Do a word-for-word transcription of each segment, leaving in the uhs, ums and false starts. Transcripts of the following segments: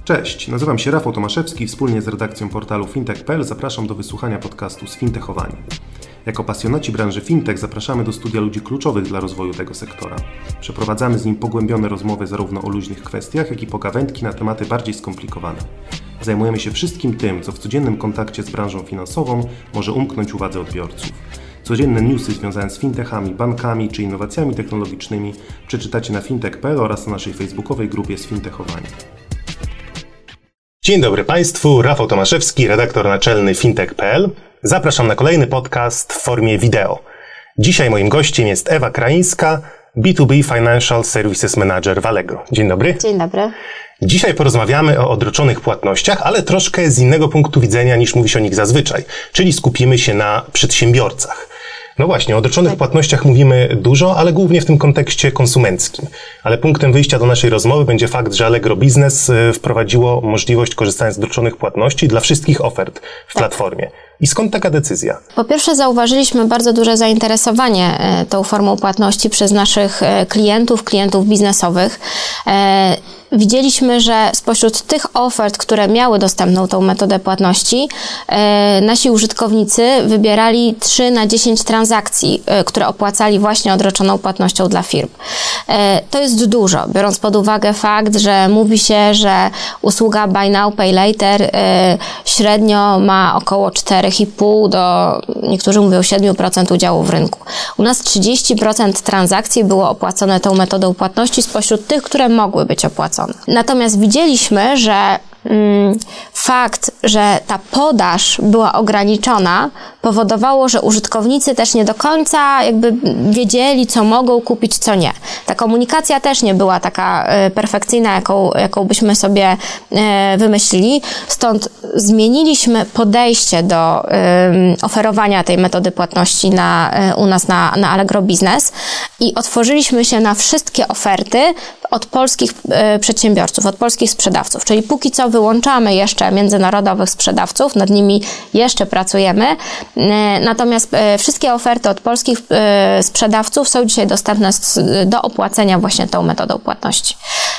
Cześć, nazywam się Rafał Tomaszewski i wspólnie z redakcją portalu fintech kropka p l zapraszam do wysłuchania podcastu Sfintechowani. Jako pasjonaci branży fintech zapraszamy do studia ludzi kluczowych dla rozwoju tego sektora. Przeprowadzamy z nim pogłębione rozmowy zarówno o luźnych kwestiach, jak i pogawędki na tematy bardziej skomplikowane. Zajmujemy się wszystkim tym, co w codziennym kontakcie z branżą finansową może umknąć uwadze odbiorców. Codzienne newsy związane z fintechami, bankami czy innowacjami technologicznymi przeczytacie na fintech kropka p l oraz na naszej facebookowej grupie Sfintechowani. Dzień dobry Państwu, Rafał Tomaszewski, redaktor naczelny fintech kropka p l. Zapraszam na kolejny podcast w formie wideo. Dzisiaj moim gościem jest Ewa Kraińska, B dwa B Financial Services Manager w Allegro. Dzień dobry. Dzień dobry. Dzisiaj porozmawiamy o odroczonych płatnościach, ale troszkę z innego punktu widzenia niż mówi się o nich zazwyczaj, czyli skupimy się na przedsiębiorcach. No właśnie, o odroczonych płatnościach mówimy dużo, ale głównie w tym kontekście konsumenckim. Ale punktem wyjścia do naszej rozmowy będzie fakt, że Allegro Business wprowadziło możliwość korzystania z odroczonych płatności dla wszystkich ofert w tak. platformie. I skąd taka decyzja? Po pierwsze, zauważyliśmy bardzo duże zainteresowanie tą formą płatności przez naszych klientów, klientów biznesowych. Widzieliśmy, że spośród tych ofert, które miały dostępną tą metodę płatności, nasi użytkownicy wybierali trzy na dziesięć transakcji, które opłacali właśnie odroczoną płatnością dla firm. To jest dużo, biorąc pod uwagę fakt, że mówi się, że usługa Buy Now, Pay Later średnio ma około cztery i pół do, niektórzy mówią, siedem procent udziału w rynku. U nas trzydzieści procent transakcji było opłacone tą metodą płatności spośród tych, które mogły być opłacone. Natomiast widzieliśmy, że mm, fakt, że ta podaż była ograniczona, powodowało, że użytkownicy też nie do końca jakby wiedzieli, co mogą kupić, co nie. Ta komunikacja też nie była taka e, perfekcyjna, jaką, jaką byśmy sobie e, wymyślili. Stąd zmieniliśmy podejście do e, oferowania tej metody płatności na, e, u nas na, na Allegro Business i otworzyliśmy się na wszystkie oferty od polskich e, przedsiębiorców, od polskich sprzedawców. Czyli póki co wyłączamy jeszcze międzynarodowych sprzedawców, nad nimi jeszcze pracujemy. Natomiast wszystkie oferty od polskich sprzedawców są dzisiaj dostępne do opłacenia właśnie tą metodą płatności.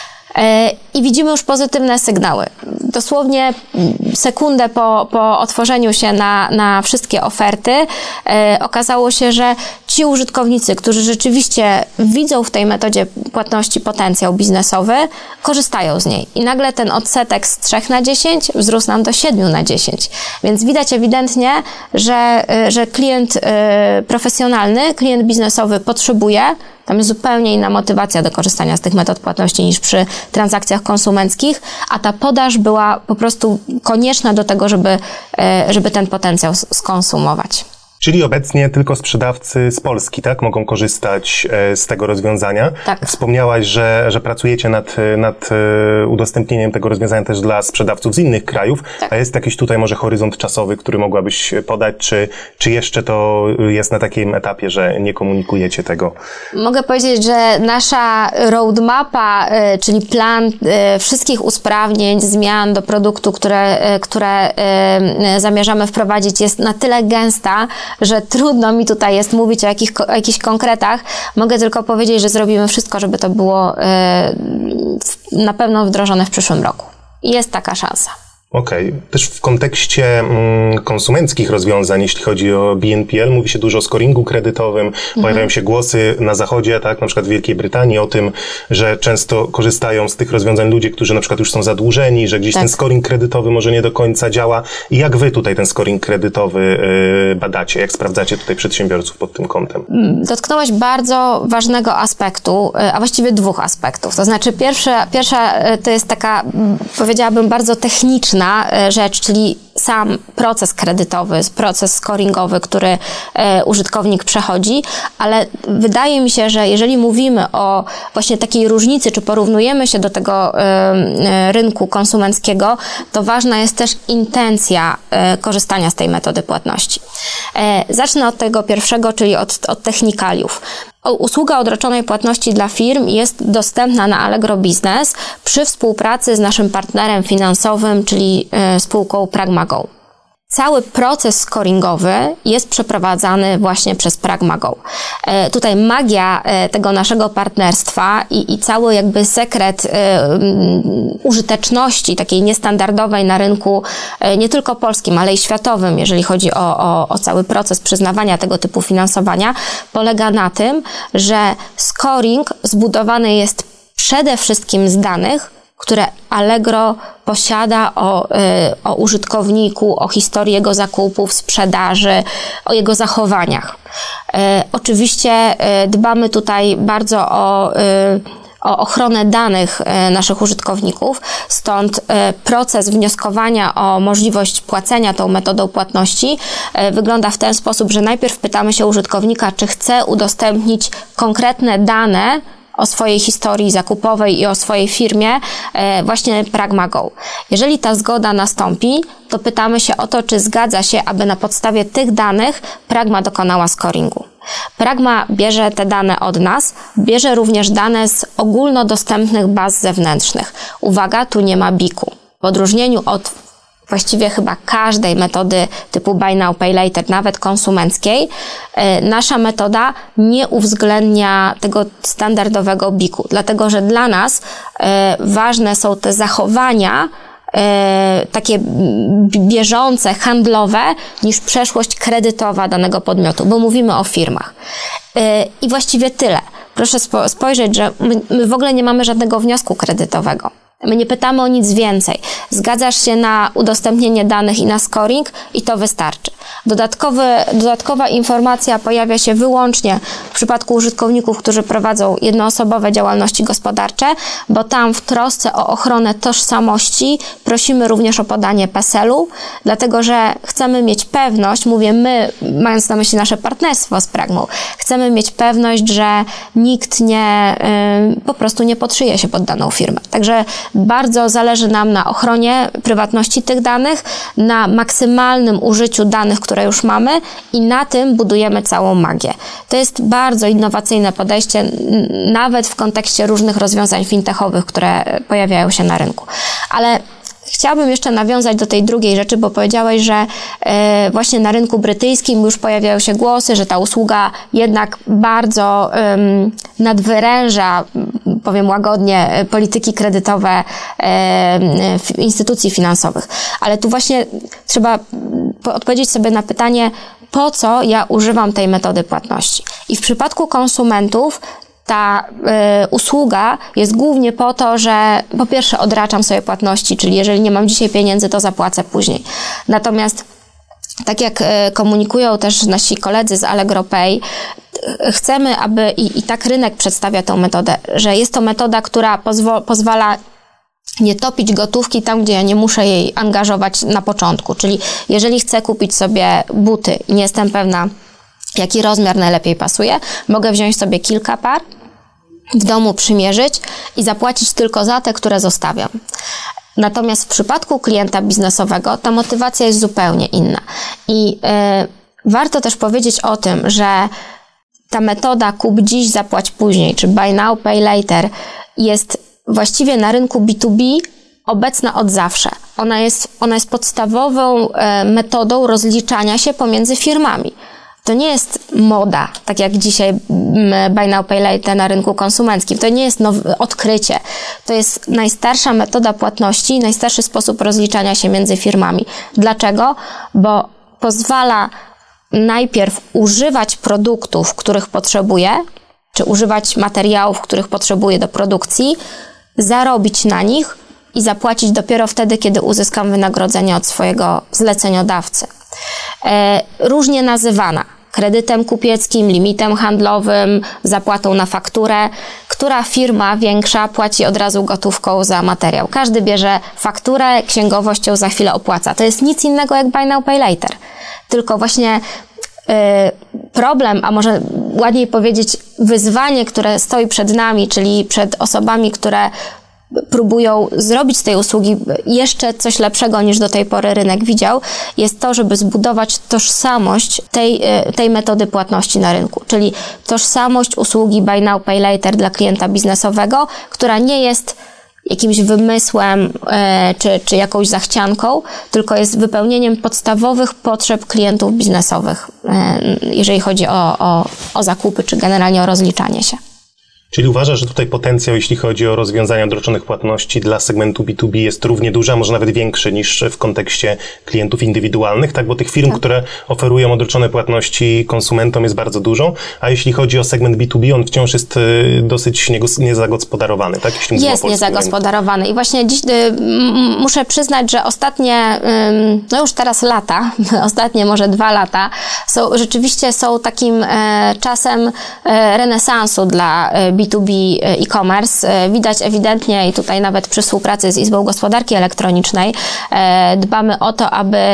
I widzimy już pozytywne sygnały. Dosłownie sekundę po, po otworzeniu się na, na wszystkie oferty e, okazało się, że ci użytkownicy, którzy rzeczywiście widzą w tej metodzie płatności potencjał biznesowy, korzystają z niej. I nagle ten odsetek z trzech na dziesięć wzrósł nam do siedmiu na dziesięć. Więc widać ewidentnie, że, że klient e, profesjonalny, klient biznesowy potrzebuje. Tam jest zupełnie inna motywacja do korzystania z tych metod płatności niż przy transakcjach konsumenckich, a ta podaż była po prostu konieczna do tego, żeby, żeby ten potencjał skonsumować. Czyli obecnie tylko sprzedawcy z Polski, tak, mogą korzystać z tego rozwiązania. Tak. Wspomniałaś, że, że pracujecie nad, nad udostępnieniem tego rozwiązania też dla sprzedawców z innych krajów. Tak. A jest jakiś tutaj może horyzont czasowy, który mogłabyś podać, czy, czy jeszcze to jest na takim etapie, że nie komunikujecie tego? Mogę powiedzieć, że nasza roadmapa, czyli plan wszystkich usprawnień, zmian do produktu, które, które zamierzamy wprowadzić, jest na tyle gęsta, że trudno mi tutaj jest mówić o, jakich, o jakichś konkretach. Mogę tylko powiedzieć, że zrobimy wszystko, żeby to było yy, na pewno wdrożone w przyszłym roku. I jest taka szansa. Okej. Okay. Też w kontekście mm, konsumenckich rozwiązań, jeśli chodzi o B N P L, mówi się dużo o scoringu kredytowym. Mhm. Pojawiają się głosy na zachodzie, tak, na przykład w Wielkiej Brytanii o tym, że często korzystają z tych rozwiązań ludzie, którzy na przykład już są zadłużeni, że gdzieś tak. ten scoring kredytowy może nie do końca działa. I jak wy tutaj ten scoring kredytowy yy, badacie? Jak sprawdzacie tutaj przedsiębiorców pod tym kątem? Dotknąłeś bardzo ważnego aspektu, a właściwie dwóch aspektów. To znaczy pierwsza, pierwsza to jest taka, powiedziałabym, bardzo techniczna rzecz, czyli sam proces kredytowy, proces scoringowy, który e, użytkownik przechodzi, ale wydaje mi się, że jeżeli mówimy o właśnie takiej różnicy, czy porównujemy się do tego e, rynku konsumenckiego, to ważna jest też intencja e, korzystania z tej metody płatności. E, zacznę od tego pierwszego, czyli od, od technikaliów. Usługa odroczonej płatności dla firm jest dostępna na Allegro Business przy współpracy z naszym partnerem finansowym, czyli spółką Pragmago. cały proces scoringowy jest przeprowadzany właśnie przez PragmaGo. E, tutaj magia e, tego naszego partnerstwa i, i cały jakby sekret e, um, użyteczności takiej niestandardowej na rynku e, nie tylko polskim, ale i światowym, jeżeli chodzi o, o, o cały proces przyznawania tego typu finansowania, polega na tym, że scoring zbudowany jest przede wszystkim z danych, które Allegro posiada o, o użytkowniku, o historii jego zakupów, sprzedaży, o jego zachowaniach. Oczywiście dbamy tutaj bardzo o, o ochronę danych naszych użytkowników, stąd proces wnioskowania o możliwość płacenia tą metodą płatności wygląda w ten sposób, że najpierw pytamy się użytkownika, czy chce udostępnić konkretne dane o swojej historii zakupowej i o swojej firmie właśnie PragmaGo. Jeżeli ta zgoda nastąpi, to pytamy się o to, czy zgadza się, aby na podstawie tych danych Pragma dokonała scoringu. Pragma bierze te dane od nas, bierze również dane z ogólnodostępnych baz zewnętrznych. Uwaga, tu nie ma biku. W odróżnieniu od właściwie chyba każdej metody typu Buy Now, Pay Later, nawet konsumenckiej, nasza metoda nie uwzględnia tego standardowego biku, dlatego że dla nas ważne są te zachowania takie bieżące, handlowe, niż przeszłość kredytowa danego podmiotu, bo mówimy o firmach. I właściwie tyle. Proszę spojrzeć, że my, my w ogóle nie mamy żadnego wniosku kredytowego. My nie pytamy o nic więcej. Zgadzasz się na udostępnienie danych i na scoring i to wystarczy. Dodatkowy, dodatkowa informacja pojawia się wyłącznie w przypadku użytkowników, którzy prowadzą jednoosobowe działalności gospodarcze, bo tam w trosce o ochronę tożsamości prosimy również o podanie PESEL-u, dlatego że chcemy mieć pewność, mówię my, mając na myśli nasze partnerstwo z Pragmą, chcemy mieć pewność, że nikt nie, yy, po prostu nie podszyje się pod daną firmę. Także bardzo zależy nam na ochronie prywatności tych danych, na maksymalnym użyciu danych, które już mamy i na tym budujemy całą magię. To jest bardzo innowacyjne podejście, nawet w kontekście różnych rozwiązań fintechowych, które pojawiają się na rynku. Ale chciałabym jeszcze nawiązać do tej drugiej rzeczy, bo powiedziałeś, że e, właśnie na rynku brytyjskim już pojawiają się głosy, że ta usługa jednak bardzo um, nadwyręża, powiem łagodnie, polityki kredytowe e, instytucji finansowych. Ale tu właśnie trzeba odpowiedzieć sobie na pytanie, po co ja używam tej metody płatności. I w przypadku konsumentów ta y, usługa jest głównie po to, że po pierwsze odraczam sobie płatności, czyli jeżeli nie mam dzisiaj pieniędzy, to zapłacę później. Natomiast tak jak y, komunikują też nasi koledzy z Allegro Pay, y, chcemy, aby i, i tak rynek przedstawia tą metodę, że jest to metoda, która pozwo- pozwala nie topić gotówki tam, gdzie ja nie muszę jej angażować na początku. Czyli jeżeli chcę kupić sobie buty i nie jestem pewna, jaki rozmiar najlepiej pasuje, mogę wziąć sobie kilka par, w domu przymierzyć i zapłacić tylko za te, które zostawiam. Natomiast w przypadku klienta biznesowego ta motywacja jest zupełnie inna. I yy, warto też powiedzieć o tym, że ta metoda kup dziś, zapłać później, czy Buy Now, Pay Later jest właściwie na rynku B dwa B obecna od zawsze. Ona jest, ona jest podstawową yy, metodą rozliczania się pomiędzy firmami. To nie jest moda, tak jak dzisiaj Buy Now, Pay Later na rynku konsumenckim. To nie jest nowe odkrycie. To jest najstarsza metoda płatności, najstarszy sposób rozliczania się między firmami. Dlaczego? Bo pozwala najpierw używać produktów, których potrzebuję, czy używać materiałów, których potrzebuję do produkcji, zarobić na nich i zapłacić dopiero wtedy, kiedy uzyskam wynagrodzenie od swojego zleceniodawcy. E, różnie nazywana. Kredytem kupieckim, limitem handlowym, zapłatą na fakturę. Która firma większa płaci od razu gotówką za materiał? Każdy bierze fakturę, księgowość ją za chwilę opłaca. To jest nic innego jak Buy Now, Pay Later. Tylko właśnie y, problem, a może ładniej powiedzieć wyzwanie, które stoi przed nami, czyli przed osobami, które próbują zrobić z tej usługi jeszcze coś lepszego niż do tej pory rynek widział, jest to, żeby zbudować tożsamość tej, tej metody płatności na rynku, czyli tożsamość usługi Buy Now, Pay Later dla klienta biznesowego, która nie jest jakimś wymysłem czy, czy jakąś zachcianką, tylko jest wypełnieniem podstawowych potrzeb klientów biznesowych, jeżeli chodzi o, o, o zakupy, czy generalnie o rozliczanie się. Czyli uważasz, że tutaj potencjał, jeśli chodzi o rozwiązania odroczonych płatności dla segmentu B dwa B jest równie duży, a może nawet większy niż w kontekście klientów indywidualnych, tak? Bo tych firm, tak. które oferują odroczone płatności konsumentom jest bardzo dużo, a jeśli chodzi o segment B dwa B, on wciąż jest dosyć niezagospodarowany, tak? Jeśli jest niezagospodarowany i właśnie dziś y, muszę przyznać, że ostatnie, y, no już teraz lata, ostatnie może dwa lata, są, rzeczywiście są takim y, czasem y, renesansu dla y, B dwa B e-commerce. Widać ewidentnie i tutaj nawet przy współpracy z Izbą Gospodarki Elektronicznej dbamy o to, aby,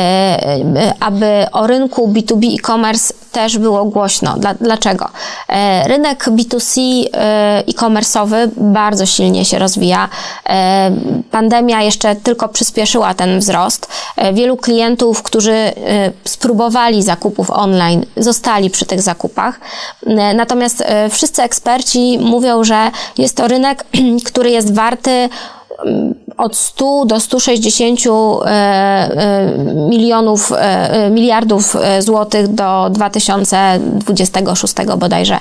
aby o rynku B dwa B e-commerce też było głośno. Dlaczego? Rynek B dwa C e-commerce'owy bardzo silnie się rozwija. Pandemia jeszcze tylko przyspieszyła ten wzrost. Wielu klientów, którzy spróbowali zakupów online, zostali przy tych zakupach. Natomiast wszyscy eksperci mówią, że jest to rynek, który jest warty od stu do stu sześćdziesięciu milionów, miliardów złotych do dwa tysiące dwudziestego szóstego bodajże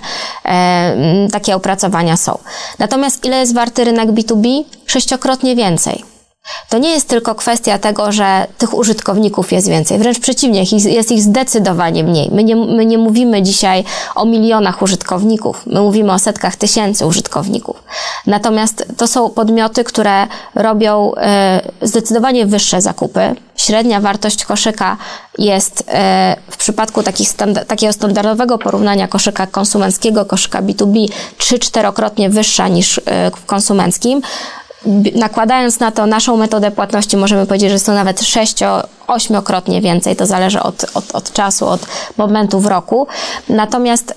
takie opracowania są. Natomiast ile jest warty rynek B dwa B? Sześciokrotnie więcej. To nie jest tylko kwestia tego, że tych użytkowników jest więcej, wręcz przeciwnie, jest ich zdecydowanie mniej. My nie, my nie mówimy dzisiaj o milionach użytkowników, my mówimy o setkach tysięcy użytkowników. Natomiast to są podmioty, które robią e, zdecydowanie wyższe zakupy. Średnia wartość koszyka jest e, w przypadku takich standa- takiego standardowego porównania koszyka konsumenckiego, koszyka B dwa B trzy-czterokrotnie wyższa niż e, w konsumenckim. Nakładając na to naszą metodę płatności, możemy powiedzieć, że są nawet sześcio-ośmiokrotnie więcej, to zależy od, od, od czasu, od momentu w roku. Natomiast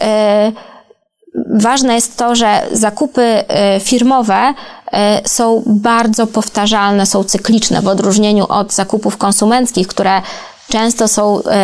yy, ważne jest to, że zakupy yy, firmowe yy, są bardzo powtarzalne, są cykliczne w odróżnieniu od zakupów konsumenckich, które często są y,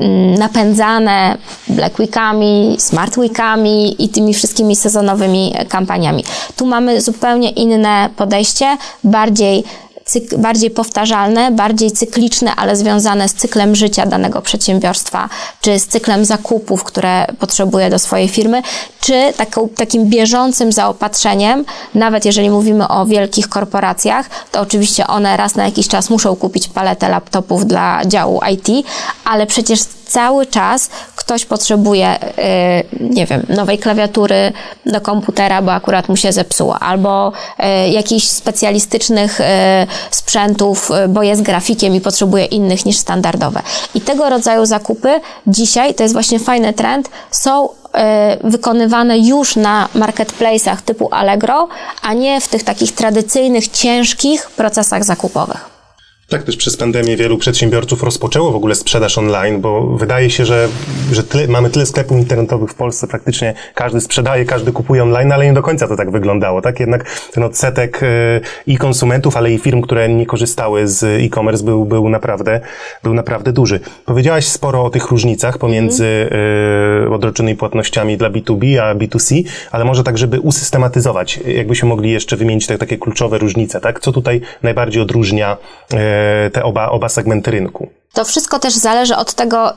napędzane Black Weekami, Smart Weekami i tymi wszystkimi sezonowymi kampaniami. Tu mamy zupełnie inne podejście, bardziej Cyk, bardziej powtarzalne, bardziej cykliczne, ale związane z cyklem życia danego przedsiębiorstwa, czy z cyklem zakupów, które potrzebuje do swojej firmy, czy taką, takim bieżącym zaopatrzeniem, nawet jeżeli mówimy o wielkich korporacjach, to oczywiście one raz na jakiś czas muszą kupić paletę laptopów dla działu I T, ale przecież cały czas ktoś potrzebuje, yy, nie wiem, nowej klawiatury do komputera, bo akurat mu się zepsuła, albo yy, jakichś specjalistycznych yy, sprzętów, yy, bo jest grafikiem i potrzebuje innych niż standardowe. I tego rodzaju zakupy dzisiaj, to jest właśnie fajny trend, są yy, wykonywane już na marketplace'ach typu Allegro, a nie w tych takich tradycyjnych, ciężkich procesach zakupowych. Tak, też przez pandemię wielu przedsiębiorców rozpoczęło w ogóle sprzedaż online, bo wydaje się, że, że tyle, mamy tyle sklepów internetowych w Polsce, praktycznie każdy sprzedaje, każdy kupuje online, ale nie do końca to tak wyglądało, tak? Jednak ten odsetek i konsumentów, ale i firm, które nie korzystały z e-commerce był, był naprawdę, był naprawdę duży. Powiedziałaś sporo o tych różnicach pomiędzy mm. odroczonymi płatnościami dla B dwa B a B dwa C, ale może tak, żeby usystematyzować, jakbyśmy mogli jeszcze wymienić te takie kluczowe różnice, tak? Co tutaj najbardziej odróżnia te oba, oba segmenty rynku? To wszystko też zależy od tego,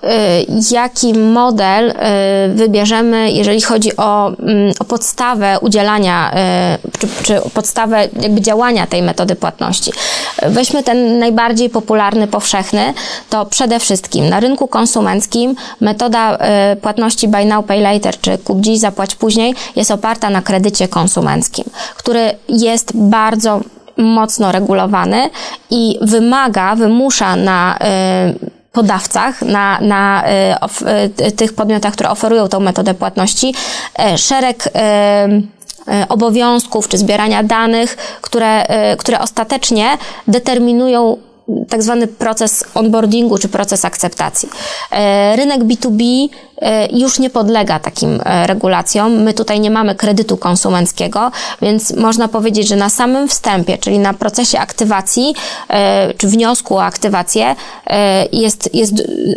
jaki model wybierzemy, jeżeli chodzi o, o podstawę udzielania, czy, czy podstawę jakby działania tej metody płatności. Weźmy ten najbardziej popularny, powszechny, to przede wszystkim na rynku konsumenckim metoda płatności Buy Now, Pay Later, czy kup dziś, zapłać później, jest oparta na kredycie konsumenckim, który jest bardzo mocno regulowany i wymaga, wymusza na y, podawcach, na, na y, of, y, tych podmiotach, które oferują tą metodę płatności, y, szereg y, y, obowiązków czy zbierania danych, które, y, które ostatecznie determinują tak zwany proces onboardingu czy proces akceptacji. Rynek B dwa B już nie podlega takim regulacjom. My tutaj nie mamy kredytu konsumenckiego, więc można powiedzieć, że na samym wstępie, czyli na procesie aktywacji czy wniosku o aktywację jest, jest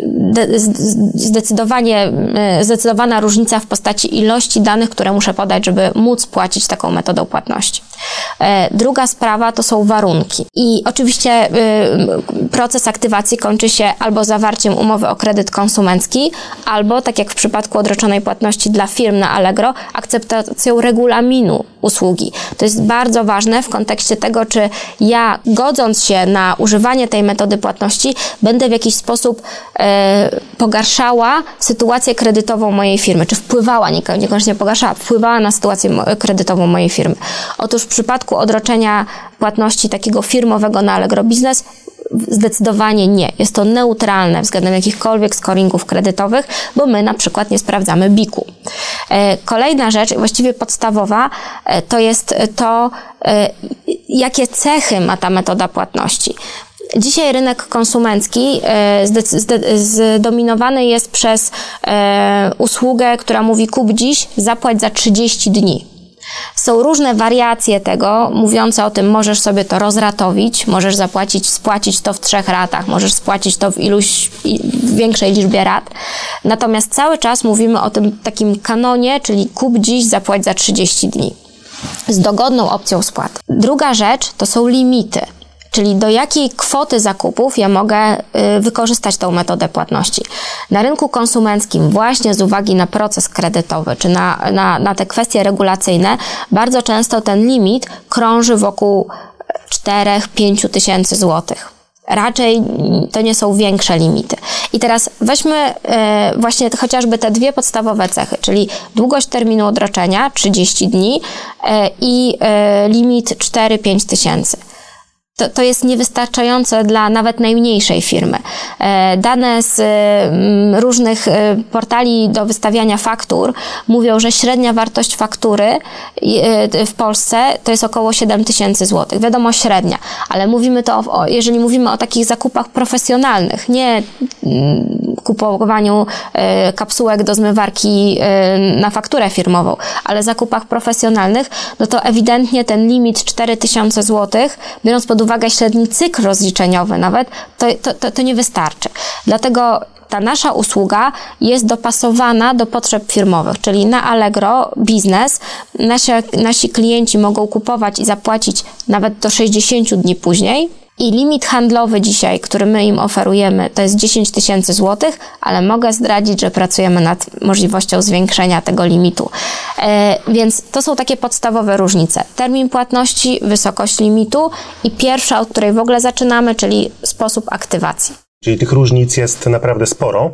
zdecydowanie, zdecydowana różnica w postaci ilości danych, które muszę podać, żeby móc płacić taką metodą płatności. Druga sprawa to są warunki. I oczywiście proces aktywacji kończy się albo zawarciem umowy o kredyt konsumencki, albo, tak jak w przypadku odroczonej płatności dla firm na Allegro, akceptacją regulaminu usługi. To jest bardzo ważne w kontekście tego, czy ja, godząc się na używanie tej metody płatności, będę w jakiś sposób e, pogarszała sytuację kredytową mojej firmy, czy wpływała, niekoniecznie pogarszała, wpływała na sytuację kredytową mojej firmy. Otóż w przypadku odroczenia płatności takiego firmowego na Allegro Biznes zdecydowanie nie. Jest to neutralne względem jakichkolwiek scoringów kredytowych, bo my na przykład nie sprawdzamy biku. Kolejna rzecz, właściwie podstawowa, to jest to, jakie cechy ma ta metoda płatności. Dzisiaj rynek konsumencki zdominowany jest przez usługę, która mówi kup dziś, zapłać za trzydzieści dni. Są różne wariacje tego, mówiące o tym, możesz sobie to rozratowić, możesz zapłacić, spłacić to w trzech ratach, możesz spłacić to w iluś, w większej liczbie rat. Natomiast cały czas mówimy o tym takim kanonie, czyli kup dziś, zapłać za trzydzieści dni. Z dogodną opcją spłaty. Druga rzecz to są limity. Czyli do jakiej kwoty zakupów ja mogę y, wykorzystać tą metodę płatności. Na rynku konsumenckim właśnie z uwagi na proces kredytowy, czy na, na, na te kwestie regulacyjne, bardzo często ten limit krąży wokół cztery do pięciu tysięcy złotych. Raczej to nie są większe limity. I teraz weźmy e, właśnie chociażby te dwie podstawowe cechy, czyli długość terminu odroczenia, trzydzieści dni e, i e, limit cztery do pięciu tysięcy. To, to jest niewystarczające dla nawet najmniejszej firmy. Dane z różnych portali do wystawiania faktur mówią, że średnia wartość faktury w Polsce to jest około siedem tysięcy złotych. Wiadomo, średnia, ale mówimy to, o, jeżeli mówimy o takich zakupach profesjonalnych, nie kupowaniu kapsułek do zmywarki na fakturę firmową, ale zakupach profesjonalnych, no to ewidentnie ten limit cztery tysiące złotych, biorąc pod uwagę średni cykl rozliczeniowy nawet, to, to, to, to nie wystarczy. Dlatego ta nasza usługa jest dopasowana do potrzeb firmowych, czyli na Allegro Biznes nasi, nasi klienci mogą kupować i zapłacić nawet do sześćdziesięciu dni później. I limit handlowy dzisiaj, który my im oferujemy, to jest dziesięć tysięcy złotych, ale mogę zdradzić, że pracujemy nad możliwością zwiększenia tego limitu. E, więc to są takie podstawowe różnice. Termin płatności, wysokość limitu i pierwsza, od której w ogóle zaczynamy, czyli sposób aktywacji. Czyli tych różnic jest naprawdę sporo.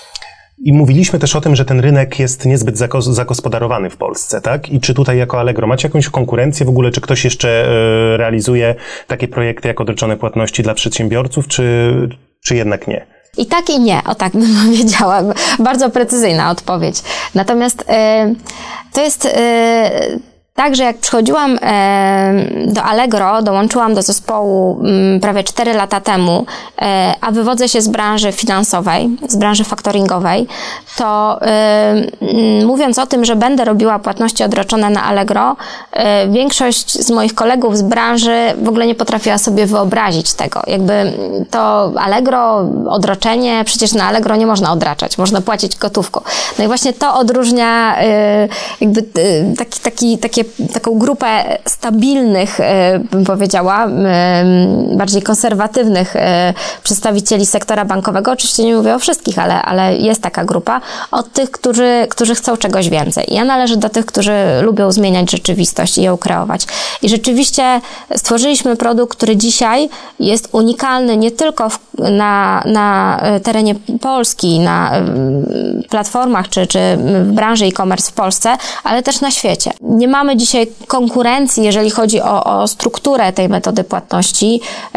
I mówiliśmy też o tym, że ten rynek jest niezbyt zagospodarowany w Polsce, tak? I czy tutaj jako Allegro macie jakąś konkurencję w ogóle, czy ktoś jeszcze y, realizuje takie projekty jak odroczone płatności dla przedsiębiorców, czy, czy jednak nie? I tak i nie, o tak bym powiedziała. Bardzo precyzyjna odpowiedź. Natomiast y, to jest... Y, Tak, że jak przychodziłam do Allegro, dołączyłam do zespołu prawie cztery lata temu, a wywodzę się z branży finansowej, z branży faktoringowej, to mówiąc o tym, że będę robiła płatności odroczone na Allegro, większość z moich kolegów z branży w ogóle nie potrafiła sobie wyobrazić tego. Jakby to Allegro, odroczenie, przecież na Allegro nie można odraczać, można płacić gotówką. No i właśnie to odróżnia jakby taki, taki, takie taką grupę stabilnych, bym powiedziała, bardziej konserwatywnych przedstawicieli sektora bankowego. Oczywiście nie mówię o wszystkich, ale, ale jest taka grupa, od tych, którzy, którzy chcą czegoś więcej. Ja należę do tych, którzy lubią zmieniać rzeczywistość i ją kreować. I rzeczywiście stworzyliśmy produkt, który dzisiaj jest unikalny nie tylko w, na, na terenie Polski, na platformach czy, czy w branży e-commerce w Polsce, ale też na świecie. Nie mamy dzisiaj konkurencji, jeżeli chodzi o, o strukturę tej metody płatności e,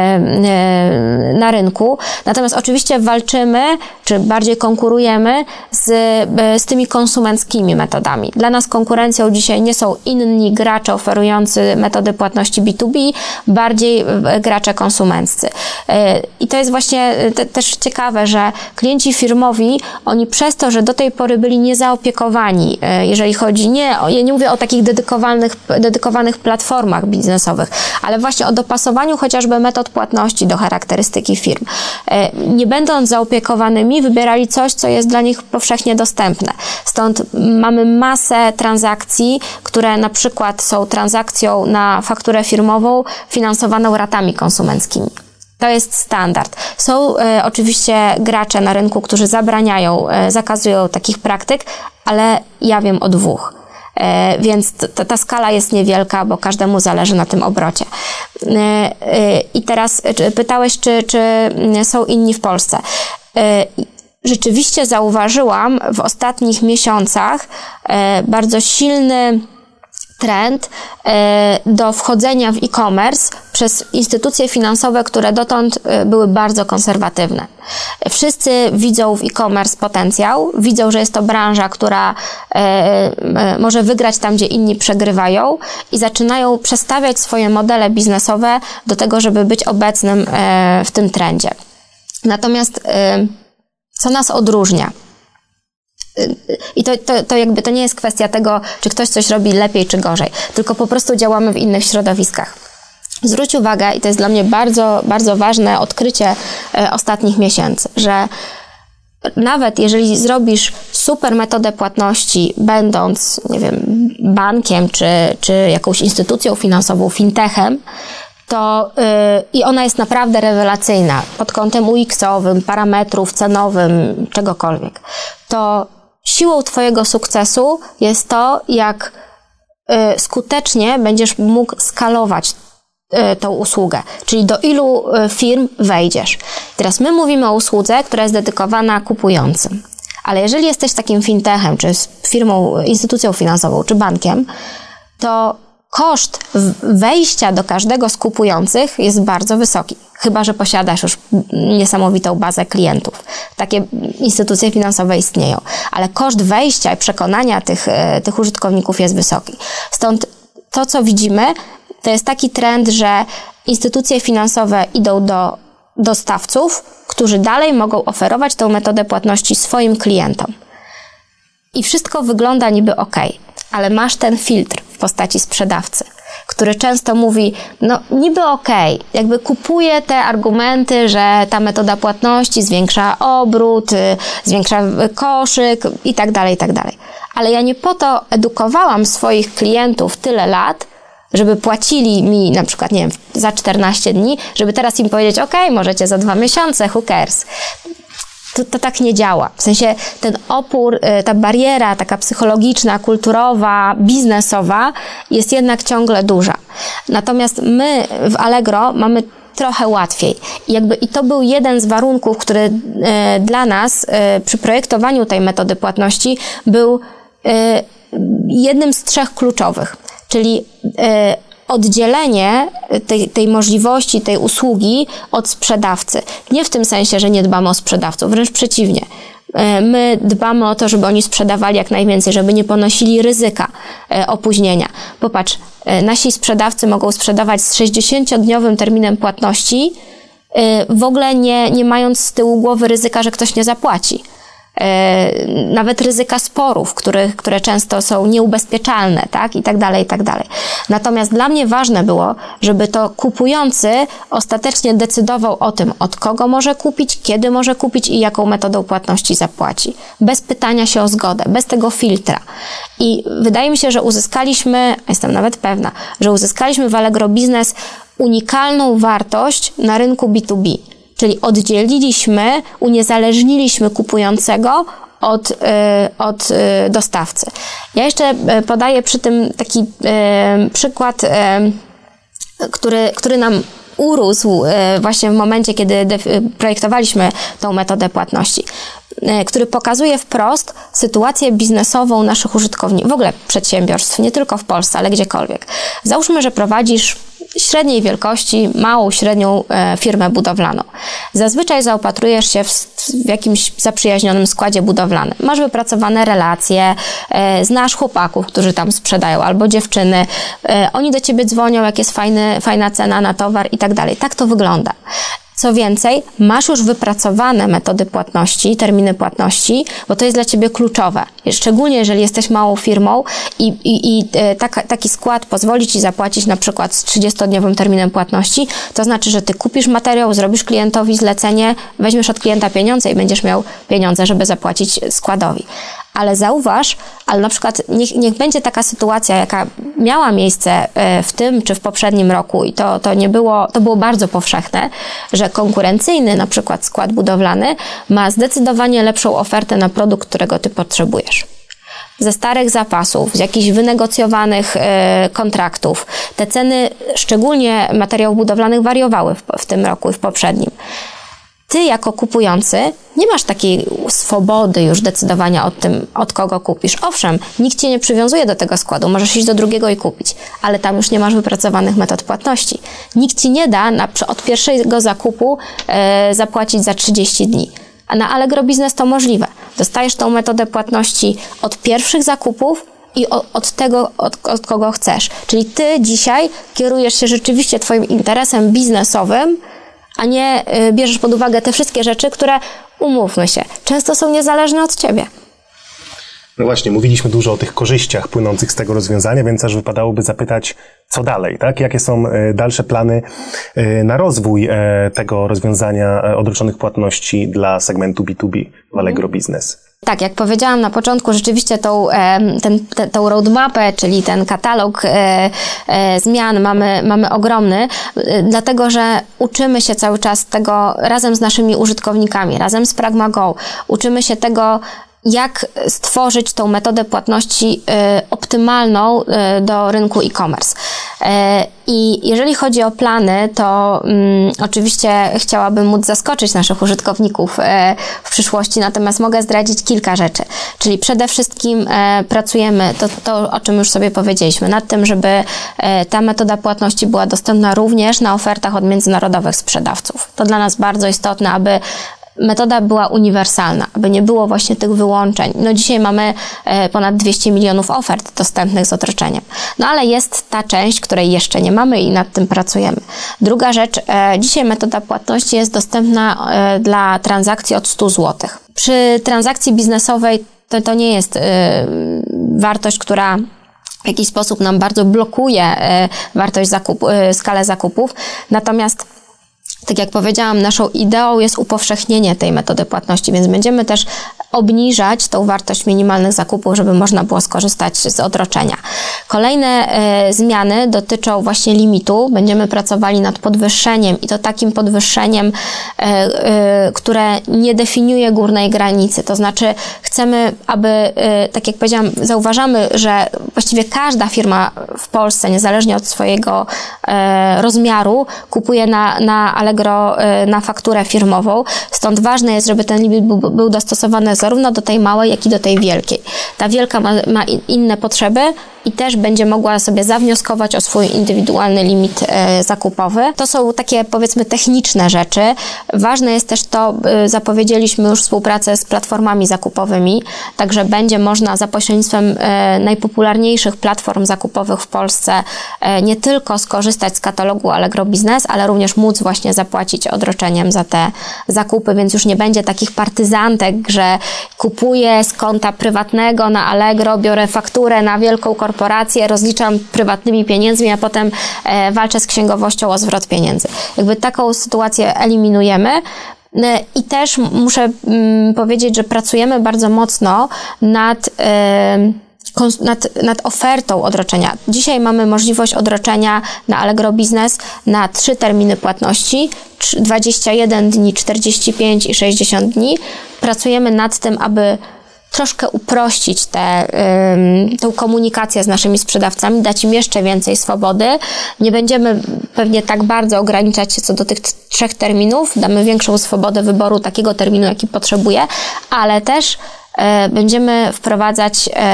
e, na rynku. Natomiast oczywiście walczymy, czy bardziej konkurujemy z, e, z tymi konsumenckimi metodami. Dla nas konkurencją dzisiaj nie są inni gracze oferujący metody płatności B dwa B, bardziej gracze konsumenccy. E, I to jest właśnie te, też ciekawe, że klienci firmowi, oni przez to, że do tej pory byli niezaopiekowani, e, jeżeli chodzi nie o, ja nie mówię o takich takich dedykowanych, dedykowanych platformach biznesowych, ale właśnie o dopasowaniu chociażby metod płatności do charakterystyki firm. Nie będąc zaopiekowanymi, wybierali coś, co jest dla nich powszechnie dostępne. Stąd mamy masę transakcji, które na przykład są transakcją na fakturę firmową finansowaną ratami konsumenckimi. To jest standard. Są e, oczywiście gracze na rynku, którzy zabraniają, e, zakazują takich praktyk, ale ja wiem o dwóch. E, więc t- ta skala jest niewielka, bo każdemu zależy na tym obrocie. E, e, I teraz e, pytałeś, czy, czy są inni w Polsce. E, rzeczywiście zauważyłam w ostatnich miesiącach e, bardzo silny trend do wchodzenia w e-commerce przez instytucje finansowe, które dotąd były bardzo konserwatywne. Wszyscy widzą w e-commerce potencjał, widzą, że jest to branża, która może wygrać tam, gdzie inni przegrywają i zaczynają przestawiać swoje modele biznesowe do tego, żeby być obecnym w tym trendzie. Natomiast co nas odróżnia? I to, to, to jakby to nie jest kwestia tego, czy ktoś coś robi lepiej czy gorzej, tylko po prostu działamy w innych środowiskach. Zwróć uwagę, i to jest dla mnie bardzo, bardzo ważne odkrycie ostatnich miesięcy, że nawet jeżeli zrobisz super metodę płatności, będąc, nie wiem, bankiem czy, czy jakąś instytucją finansową, fintechem, to yy, i ona jest naprawdę rewelacyjna pod kątem U X-owym, parametrów, cenowym, czegokolwiek, to siłą twojego sukcesu jest to, jak y, skutecznie będziesz mógł skalować y, tą usługę, czyli do ilu y, firm wejdziesz. Teraz my mówimy o usłudze, która jest dedykowana kupującym, ale jeżeli jesteś takim fintechem, czy firmą, instytucją finansową, czy bankiem, to koszt wejścia do każdego z kupujących jest bardzo wysoki, chyba że posiadasz już niesamowitą bazę klientów. Takie instytucje finansowe istnieją, ale koszt wejścia i przekonania tych, tych użytkowników jest wysoki. Stąd to, co widzimy, to jest taki trend, że instytucje finansowe idą do dostawców, którzy dalej mogą oferować tę metodę płatności swoim klientom. I wszystko wygląda niby ok, ale masz ten filtr w postaci sprzedawcy, który często mówi, no niby okej, okay, jakby kupuje te argumenty, że ta metoda płatności zwiększa obrót, zwiększa koszyk i tak dalej, i tak dalej. Ale ja nie po to edukowałam swoich klientów tyle lat, żeby płacili mi na przykład, nie wiem, za czternaście dni, żeby teraz im powiedzieć, okej, okay, możecie za dwa miesiące, who cares. To, to tak nie działa. W sensie ten opór, ta bariera taka psychologiczna, kulturowa, biznesowa jest jednak ciągle duża. Natomiast my w Allegro mamy trochę łatwiej. I jakby i to był jeden z warunków, który e, dla nas e, przy projektowaniu tej metody płatności był e, jednym z trzech kluczowych. Czyli e, oddzielenie tej, tej możliwości, tej usługi od sprzedawcy. Nie w tym sensie, że nie dbamy o sprzedawców, wręcz przeciwnie. My dbamy o to, żeby oni sprzedawali jak najwięcej, żeby nie ponosili ryzyka opóźnienia. Popatrz, nasi sprzedawcy mogą sprzedawać z sześćdziesięciodniowym terminem płatności, w ogóle nie, nie mając z tyłu głowy ryzyka, że ktoś nie zapłaci. Nawet ryzyka sporów, które, które często są nieubezpieczalne, tak? I tak dalej, i tak dalej. Natomiast dla mnie ważne było, żeby to kupujący ostatecznie decydował o tym, od kogo może kupić, kiedy może kupić i jaką metodą płatności zapłaci. Bez pytania się o zgodę, bez tego filtra. I wydaje mi się, że uzyskaliśmy, jestem nawet pewna, że uzyskaliśmy w Allegro Business unikalną wartość na rynku B dwa B. Czyli oddzieliliśmy, uniezależniliśmy kupującego od, y, od y, dostawcy. Ja jeszcze podaję przy tym taki y, przykład, y, który, który nam urósł y, właśnie w momencie, kiedy projektowaliśmy tą metodę płatności, y, który pokazuje wprost sytuację biznesową naszych użytkowników, w ogóle przedsiębiorstw, nie tylko w Polsce, ale gdziekolwiek. Załóżmy, że prowadzisz średniej wielkości, małą, średnią e, firmę budowlaną. Zazwyczaj zaopatrujesz się w, w jakimś zaprzyjaźnionym składzie budowlanym. Masz wypracowane relacje, e, znasz chłopaków, którzy tam sprzedają, albo dziewczyny. E, oni do ciebie dzwonią, jak jest fajny, fajna cena na towar i tak dalej. Tak to wygląda. Co więcej, masz już wypracowane metody płatności, terminy płatności, bo to jest dla Ciebie kluczowe. Szczególnie jeżeli jesteś małą firmą i, i, i taka, taki skład pozwoli Ci zapłacić na przykład z trzydziestodniowym terminem płatności, to znaczy, że Ty kupisz materiał, zrobisz klientowi zlecenie, weźmiesz od klienta pieniądze i będziesz miał pieniądze, żeby zapłacić składowi. Ale zauważ, ale na przykład niech, niech będzie taka sytuacja, jaka miała miejsce w tym czy w poprzednim roku i to, to nie było, to było bardzo powszechne, że konkurencyjny na przykład skład budowlany ma zdecydowanie lepszą ofertę na produkt, którego Ty potrzebujesz. Ze starych zapasów, z jakichś wynegocjowanych e, kontraktów. Te ceny, szczególnie materiałów budowlanych, wariowały w, w tym roku i w poprzednim. Ty jako kupujący nie masz takiej swobody już decydowania o tym, od kogo kupisz. Owszem, nikt Cię nie przywiązuje do tego składu, możesz iść do drugiego i kupić, ale tam już nie masz wypracowanych metod płatności. Nikt Ci nie da na, od pierwszego zakupu e, zapłacić za trzydzieści dni. A na Allegro Biznes to możliwe. Dostajesz tą metodę płatności od pierwszych zakupów i od, od tego, od, od kogo chcesz. Czyli Ty dzisiaj kierujesz się rzeczywiście Twoim interesem biznesowym, a nie y, bierzesz pod uwagę te wszystkie rzeczy, które, umówmy się, często są niezależne od Ciebie. No właśnie, mówiliśmy dużo o tych korzyściach płynących z tego rozwiązania, więc aż wypadałoby zapytać, co dalej, tak? Jakie są dalsze plany na rozwój tego rozwiązania odroczonych płatności dla segmentu B dwa B w Allegro Biznes? Tak, jak powiedziałam na początku, rzeczywiście tą, ten, te, tą roadmapę, czyli ten katalog e, e, zmian mamy, mamy ogromny, e, dlatego że uczymy się cały czas tego razem z naszymi użytkownikami, razem z PragmaGo. Uczymy się tego, jak stworzyć tą metodę płatności y, optymalną y, do rynku e-commerce. Y, I jeżeli chodzi o plany, to y, oczywiście chciałabym móc zaskoczyć naszych użytkowników y, w przyszłości, natomiast mogę zdradzić kilka rzeczy. Czyli przede wszystkim y, pracujemy, to, to o czym już sobie powiedzieliśmy, nad tym, żeby y, ta metoda płatności była dostępna również na ofertach od międzynarodowych sprzedawców. To dla nas bardzo istotne, aby metoda była uniwersalna, aby nie było właśnie tych wyłączeń. No dzisiaj mamy ponad dwieście milionów ofert dostępnych z odroczeniem. No ale jest ta część, której jeszcze nie mamy i nad tym pracujemy. Druga rzecz, dzisiaj metoda płatności jest dostępna dla transakcji od stu złotych. Przy transakcji biznesowej to, to nie jest wartość, która w jakiś sposób nam bardzo blokuje wartość zakupu, skalę zakupów. Natomiast tak jak powiedziałam, naszą ideą jest upowszechnienie tej metody płatności, więc będziemy też obniżać tą wartość minimalnych zakupów, żeby można było skorzystać z odroczenia. Kolejne y, zmiany dotyczą właśnie limitu. Będziemy pracowali nad podwyższeniem i to takim podwyższeniem, y, y, które nie definiuje górnej granicy. To znaczy chcemy, aby, y, tak jak powiedziałam, zauważamy, że właściwie każda firma w Polsce, niezależnie od swojego y, rozmiaru, kupuje na, na Allegro y, na fakturę firmową. Stąd ważne jest, żeby ten limit był, był dostosowany zarówno do tej małej, jak i do tej wielkiej. Ta wielka ma, ma inne potrzeby i też będzie mogła sobie zawnioskować o swój indywidualny limit e, zakupowy. To są takie, powiedzmy, techniczne rzeczy. Ważne jest też to, e, zapowiedzieliśmy już współpracę z platformami zakupowymi, także będzie można za pośrednictwem e, najpopularniejszych platform zakupowych w Polsce e, nie tylko skorzystać z katalogu Allegro Biznes, ale również móc właśnie zapłacić odroczeniem za te zakupy, więc już nie będzie takich partyzantek, że kupuję z konta prywatnego na Allegro, biorę fakturę na wielką korporację, rozliczam prywatnymi pieniędzmi, a potem e, walczę z księgowością o zwrot pieniędzy. Jakby taką sytuację eliminujemy. I też muszę mm, powiedzieć, że pracujemy bardzo mocno nad, yy, nad, nad ofertą odroczenia. Dzisiaj mamy możliwość odroczenia na Allegro Biznes na trzy terminy płatności, dwadzieścia jeden dni, czterdzieści pięć i sześćdziesiąt dni. Pracujemy nad tym, aby troszkę uprościć tę tą komunikację z naszymi sprzedawcami, dać im jeszcze więcej swobody. Nie będziemy pewnie tak bardzo ograniczać się co do tych trzech terminów, damy większą swobodę wyboru takiego terminu, jaki potrzebuję, ale też e, będziemy wprowadzać e,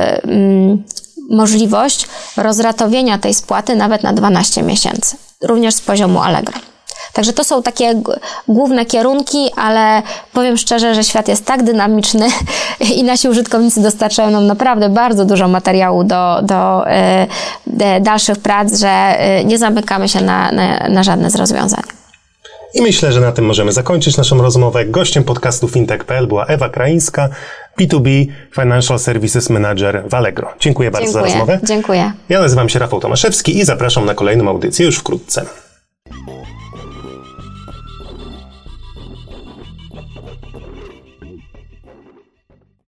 m, możliwość rozratowienia tej spłaty nawet na dwanaście miesięcy, również z poziomu Allegro. Także to są takie g- główne kierunki, ale powiem szczerze, że świat jest tak dynamiczny i nasi użytkownicy dostarczają nam naprawdę bardzo dużo materiału do, do e, e, dalszych prac, że e, nie zamykamy się na, na, na żadne z rozwiązań. I myślę, że na tym możemy zakończyć naszą rozmowę. Gościem podcastu fintech kropka p l była Ewa Kraińska, B dwa B Financial Services Manager w Allegro. Dziękuję bardzo Dziękuję. za rozmowę. Dziękuję. Ja nazywam się Rafał Tomaszewski i zapraszam na kolejną audycję już wkrótce.